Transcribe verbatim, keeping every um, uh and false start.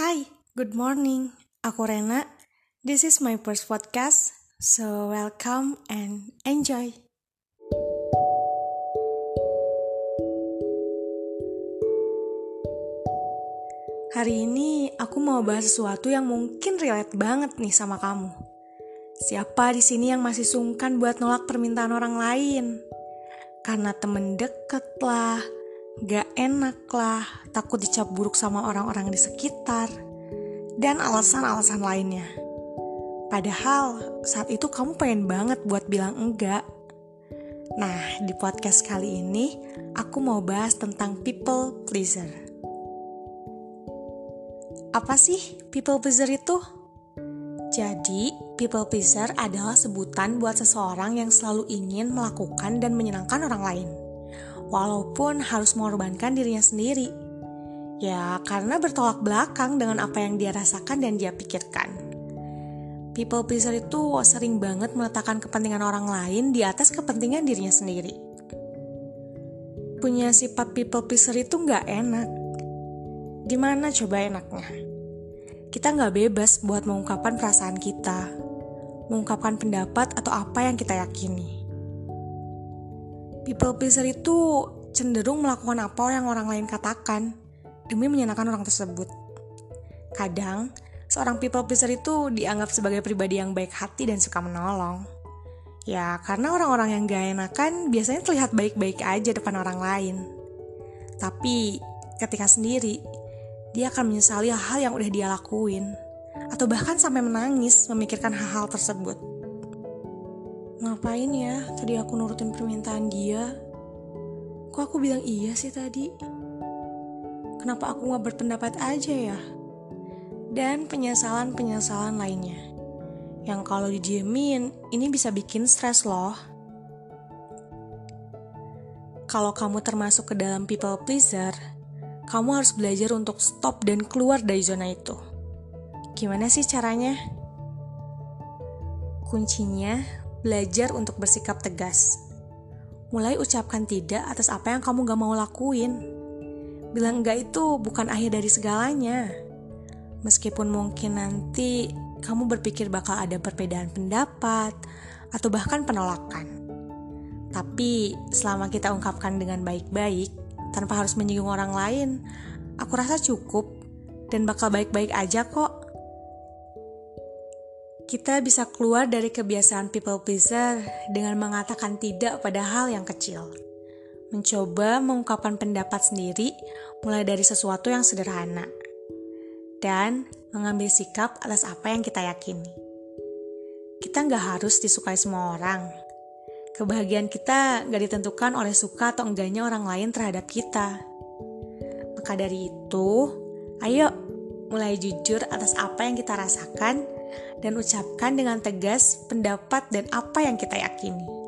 Hi, good morning. Aku Rena. This is my first podcast, so welcome and enjoy. Hari ini aku mau bahas sesuatu yang mungkin relate banget nih sama kamu. Siapa di sini yang masih sungkan buat nolak permintaan orang lain? Karena temen deket lah, gak enak lah, takut dicap buruk sama orang-orang di sekitar, dan alasan-alasan lainnya. Padahal saat itu kamu pengen banget buat bilang enggak. Nah, di podcast kali ini aku mau bahas tentang people pleaser. Apa sih people pleaser itu? Jadi, people pleaser adalah sebutan buat seseorang yang selalu ingin melakukan dan menyenangkan orang lain, walaupun harus mengorbankan dirinya sendiri. Ya, karena bertolak belakang dengan apa yang dia rasakan dan dia pikirkan. People pleaser itu sering banget meletakkan kepentingan orang lain di atas kepentingan dirinya sendiri. Punya sifat people pleaser itu gak enak. Gimana coba enaknya? Kita gak bebas buat mengungkapkan perasaan kita, mengungkapkan pendapat atau apa yang kita yakini. People pleaser itu cenderung melakukan apa yang orang lain katakan demi menyenangkan orang tersebut. Kadang, seorang people pleaser itu dianggap sebagai pribadi yang baik hati dan suka menolong. Ya, karena orang-orang yang gak enakan biasanya terlihat baik-baik aja depan orang lain. Tapi, ketika sendiri, dia akan menyesali hal yang udah dia lakuin, atau bahkan sampai menangis memikirkan hal-hal tersebut. Ngapain ya tadi aku nurutin permintaan dia? Kok aku bilang iya sih tadi? Kenapa aku gak berpendapat aja ya? Dan penyesalan-penyesalan lainnya, yang kalau didiemin, ini bisa bikin stres loh. Kalau kamu termasuk ke dalam people pleaser, kamu harus belajar untuk stop dan keluar dari zona itu. Gimana sih caranya? Kuncinya, belajar untuk bersikap tegas. Mulai ucapkan tidak atas apa yang kamu gak mau lakuin. Bilang enggak itu bukan akhir dari segalanya. Meskipun mungkin nanti kamu berpikir bakal ada perbedaan pendapat atau bahkan penolakan. Tapi selama kita ungkapkan dengan baik-baik, tanpa harus menyinggung orang lain, aku rasa cukup dan bakal baik-baik aja kok. Kita bisa keluar dari kebiasaan people pleaser dengan mengatakan tidak pada hal yang kecil. Mencoba mengungkapkan pendapat sendiri mulai dari sesuatu yang sederhana. Dan mengambil sikap atas apa yang kita yakini. Kita gak harus disukai semua orang. Kebahagiaan kita gak ditentukan oleh suka atau enggaknya orang lain terhadap kita. Maka dari itu, ayo mulai jujur atas apa yang kita rasakan dan ucapkan dengan tegas pendapat dan apa yang kita yakini.